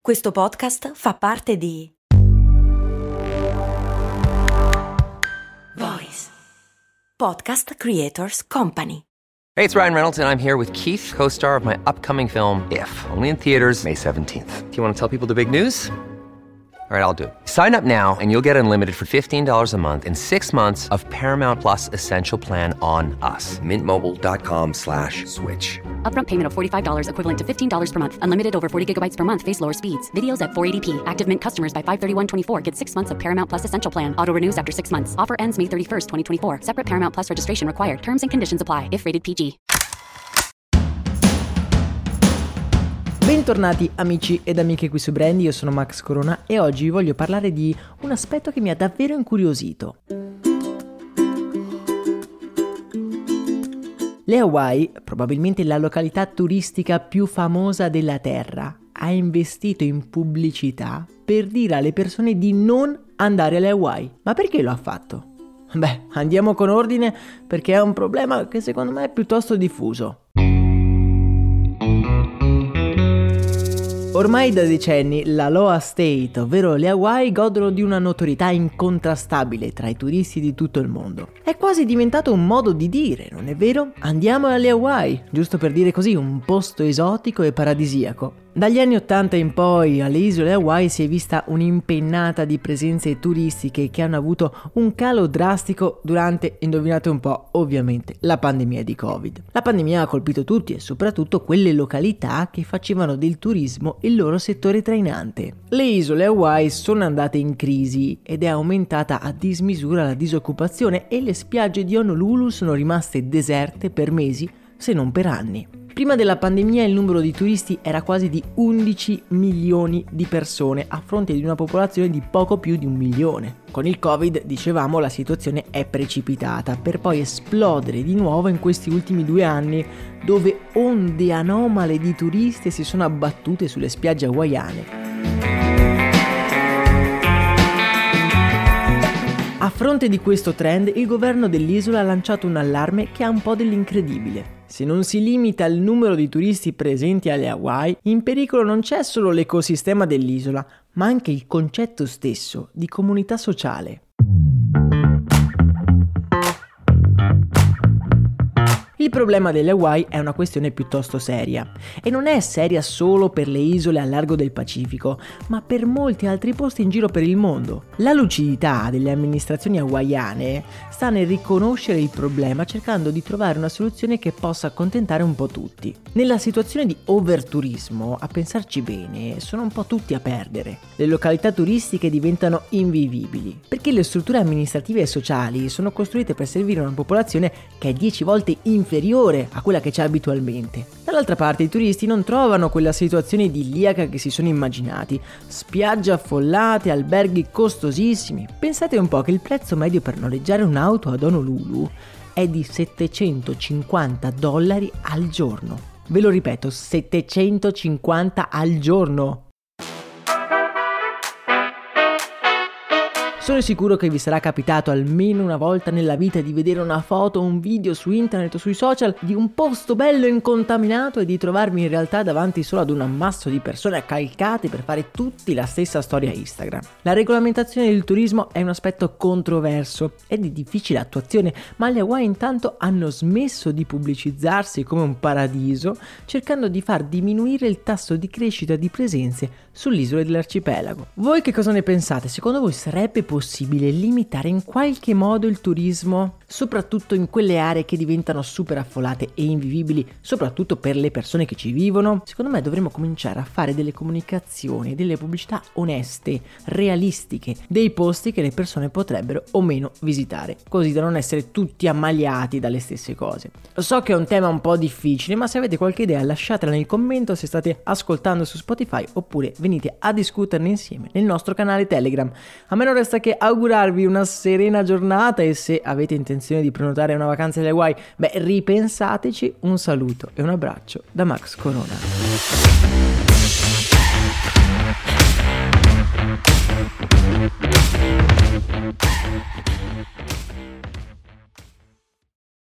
Questo podcast fa parte di Voice Podcast Creators Company. Hey, it's Ryan Reynolds, and I'm here with Keith, co-star of my upcoming film, If, only in theaters May 17th. Do you want to tell people the big news? All right, I'll do it. Sign up now and you'll get unlimited for $15 a month and 6 months of Paramount Plus Essential Plan on us. MintMobile.com/switch. Upfront payment of $45 equivalent to $15 per month. Unlimited over 40 gigabytes per month. Face lower speeds. Videos at 480p. Active Mint customers by 531.24 get 6 months of Paramount Plus Essential Plan. Auto renews after 6 months. Offer ends May 31st, 2024. Separate Paramount Plus registration required. Terms and conditions apply if rated PG. Bentornati amici ed amiche qui su Brandy, io sono Max Corona e oggi vi voglio parlare di un aspetto che mi ha davvero incuriosito. Le Hawaii, probabilmente la località turistica più famosa della Terra, ha investito in pubblicità per dire alle persone di non andare alle Hawaii. Ma perché lo ha fatto? Beh, andiamo con ordine perché è un problema che secondo me è piuttosto diffuso. Ormai da decenni l'Aloha State, ovvero le Hawaii, godono di una notorietà incontrastabile tra i turisti di tutto il mondo. È quasi diventato un modo di dire, non è vero? Andiamo alle Hawaii, giusto per dire così, un posto esotico e paradisiaco. Dagli anni 80 in poi alle isole Hawaii si è vista un'impennata di presenze turistiche che hanno avuto un calo drastico durante, indovinate un po', ovviamente, la pandemia di Covid. La pandemia ha colpito tutti e soprattutto quelle località che facevano del turismo il loro settore trainante. Le isole Hawaii sono andate in crisi ed è aumentata a dismisura la disoccupazione e le spiagge di Honolulu sono rimaste deserte per mesi, se non per anni. Prima della pandemia il numero di turisti era quasi di 11 milioni di persone a fronte di una popolazione di poco più di 1 milione. Con il Covid, dicevamo, la situazione è precipitata per poi esplodere di nuovo in questi ultimi 2 anni, dove onde anomale di turisti si sono abbattute sulle spiagge hawaiane. A fronte di questo trend, il governo dell'isola ha lanciato un allarme che ha un po' dell'incredibile. Se non si limita il numero di turisti presenti alle Hawaii, in pericolo non c'è solo l'ecosistema dell'isola, ma anche il concetto stesso di comunità sociale. Il problema delle Hawaii è una questione piuttosto seria e non è seria solo per le isole al largo del Pacifico, ma per molti altri posti in giro per il mondo. La lucidità delle amministrazioni hawaiane sta nel riconoscere il problema cercando di trovare una soluzione che possa accontentare un po' tutti. Nella situazione di overturismo, a pensarci bene, sono un po' tutti a perdere. Le località turistiche diventano invivibili perché le strutture amministrative e sociali sono costruite per servire una popolazione che è 10 volte inferiore a quella che c'è abitualmente. Dall'altra parte i turisti non trovano quella situazione idilliaca che si sono immaginati. Spiagge affollate, alberghi costosissimi. Pensate un po' che il prezzo medio per noleggiare un'auto ad Honolulu è di $750 al giorno. Ve lo ripeto, 750 al giorno. Sono sicuro che vi sarà capitato almeno una volta nella vita di vedere una foto o un video su internet o sui social di un posto bello e incontaminato e di trovarvi in realtà davanti solo ad un ammasso di persone accalcate per fare tutti la stessa storia Instagram. La regolamentazione del turismo è un aspetto controverso e di difficile attuazione, ma le Hawaii intanto hanno smesso di pubblicizzarsi come un paradiso, cercando di far diminuire il tasso di crescita di presenze sull'isola dell'arcipelago. Voi che cosa ne pensate? Secondo voi sarebbe possibile limitare in qualche modo il turismo, soprattutto in quelle aree che diventano super affollate e invivibili, soprattutto per le persone che ci vivono? Secondo me dovremmo cominciare a fare delle comunicazioni, delle pubblicità oneste, realistiche, dei posti che le persone potrebbero o meno visitare, così da non essere tutti ammaliati dalle stesse cose. So che è un tema un po' difficile, ma se avete qualche idea lasciatela nel commento se state ascoltando su Spotify, oppure venite a discuterne insieme nel nostro canale Telegram. A me non resta che augurarvi una serena giornata e se avete intenzione di prenotare una vacanza alle Hawaii, ripensateci. Un saluto e un abbraccio da Max Corona.